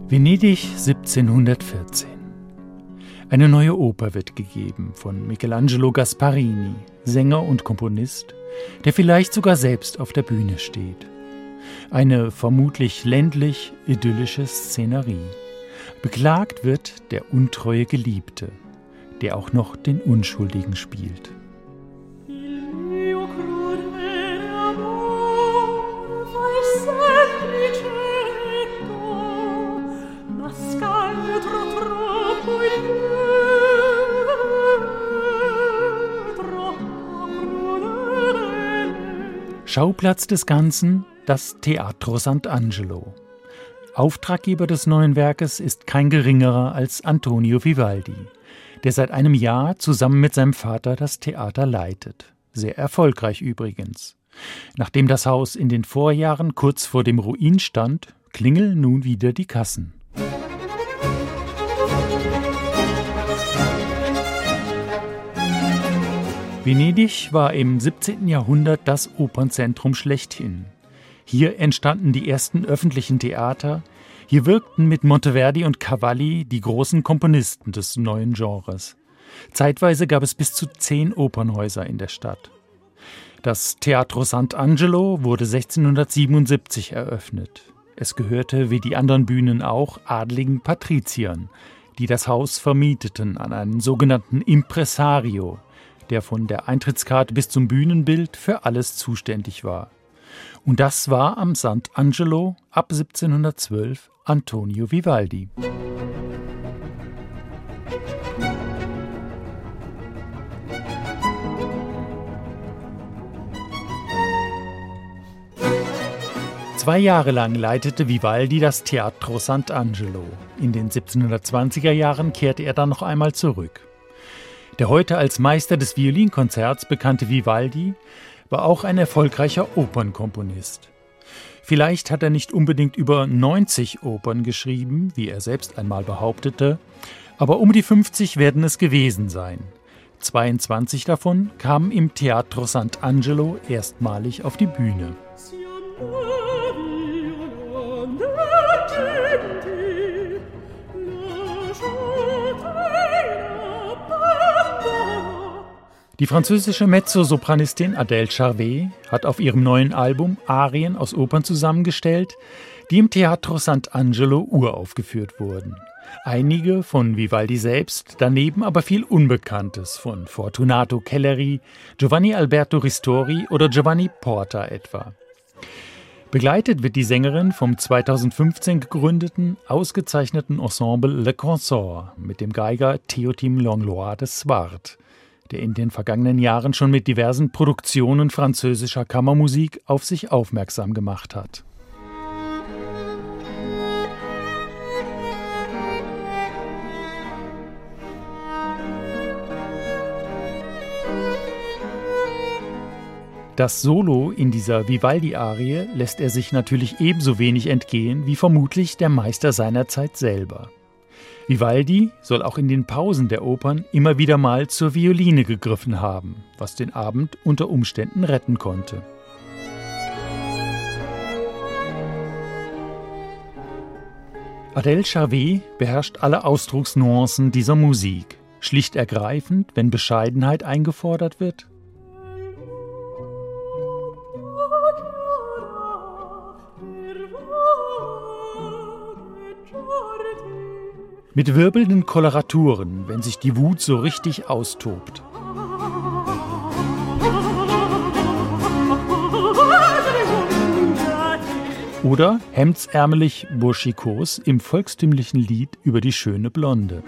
Venedig 1714. Eine neue Oper wird gegeben von Michelangelo Gasparini, Sänger und Komponist, der vielleicht sogar selbst auf der Bühne steht. Eine vermutlich ländlich-idyllische Szenerie. Beklagt wird der untreue Geliebte, der auch noch den Unschuldigen spielt. Schauplatz des Ganzen das Teatro Sant'Angelo. Auftraggeber des neuen Werkes ist kein geringerer als Antonio Vivaldi, der seit einem Jahr zusammen mit seinem Vater das Theater leitet. Sehr erfolgreich übrigens. Nachdem das Haus in den Vorjahren kurz vor dem Ruin stand, klingeln nun wieder die Kassen. Venedig war im 17. Jahrhundert das Opernzentrum schlechthin. Hier entstanden die ersten öffentlichen Theater, hier wirkten mit Monteverdi und Cavalli die großen Komponisten des neuen Genres. Zeitweise gab es bis zu 10 Opernhäuser in der Stadt. Das Teatro Sant'Angelo wurde 1677 eröffnet. Es gehörte, wie die anderen Bühnen auch, adligen Patriziern, die das Haus vermieteten an einen sogenannten Impresario, der von der Eintrittskarte bis zum Bühnenbild für alles zuständig war. Und das war am Sant'Angelo ab 1712 Antonio Vivaldi. Zwei Jahre lang leitete Vivaldi das Teatro Sant'Angelo. In den 1720er Jahren kehrte er dann noch einmal zurück. Der heute als Meister des Violinkonzerts bekannte Vivaldi war auch ein erfolgreicher Opernkomponist. Vielleicht hat er nicht unbedingt über 90 Opern geschrieben, wie er selbst einmal behauptete, aber um die 50 werden es gewesen sein. 22 davon kamen im Teatro Sant'Angelo erstmalig auf die Bühne. Die französische Mezzosopranistin Adèle Charvet hat auf ihrem neuen Album Arien aus Opern zusammengestellt, die im Teatro Sant'Angelo uraufgeführt wurden. Einige von Vivaldi selbst, daneben aber viel Unbekanntes von Fortunato Kelleri, Giovanni Alberto Ristori oder Giovanni Porta etwa. Begleitet wird die Sängerin vom 2015 gegründeten, ausgezeichneten Ensemble Le Consort mit dem Geiger Théotime Langlois de Swart, der in den vergangenen Jahren schon mit diversen Produktionen französischer Kammermusik auf sich aufmerksam gemacht hat. Das Solo in dieser Vivaldi-Arie lässt er sich natürlich ebenso wenig entgehen wie vermutlich der Meister seiner Zeit selber. Vivaldi soll auch in den Pausen der Opern immer wieder mal zur Violine gegriffen haben, was den Abend unter Umständen retten konnte. Adèle Charvet beherrscht alle Ausdrucksnuancen dieser Musik, schlicht ergreifend, wenn Bescheidenheit eingefordert wird. Mit wirbelnden Koloraturen, wenn sich die Wut so richtig austobt. Oder hemdsärmelig burschikos im volkstümlichen Lied über die schöne Blonde.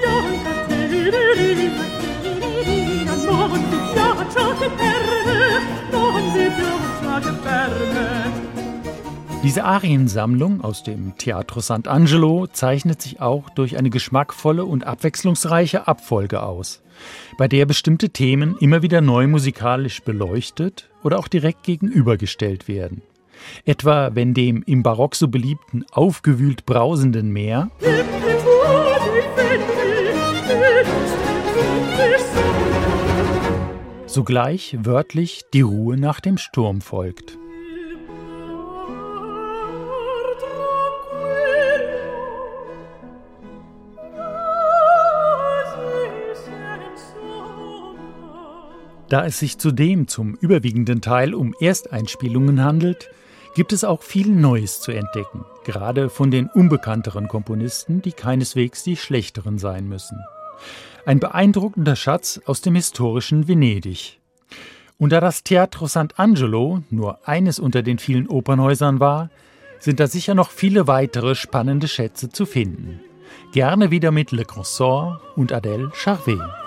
Diese Ariensammlung aus dem Teatro Sant'Angelo zeichnet sich auch durch eine geschmackvolle und abwechslungsreiche Abfolge aus, bei der bestimmte Themen immer wieder neu musikalisch beleuchtet oder auch direkt gegenübergestellt werden. Etwa wenn dem im Barock so beliebten aufgewühlt brausenden Meer sogleich wörtlich die Ruhe nach dem Sturm folgt. Da es sich zudem zum überwiegenden Teil um Ersteinspielungen handelt, gibt es auch viel Neues zu entdecken, gerade von den unbekannteren Komponisten, die keineswegs die schlechteren sein müssen. Ein beeindruckender Schatz aus dem historischen Venedig. Und da das Teatro Sant'Angelo nur eines unter den vielen Opernhäusern war, sind da sicher noch viele weitere spannende Schätze zu finden. Gerne wieder mit Le Consort und Adèle Charvet.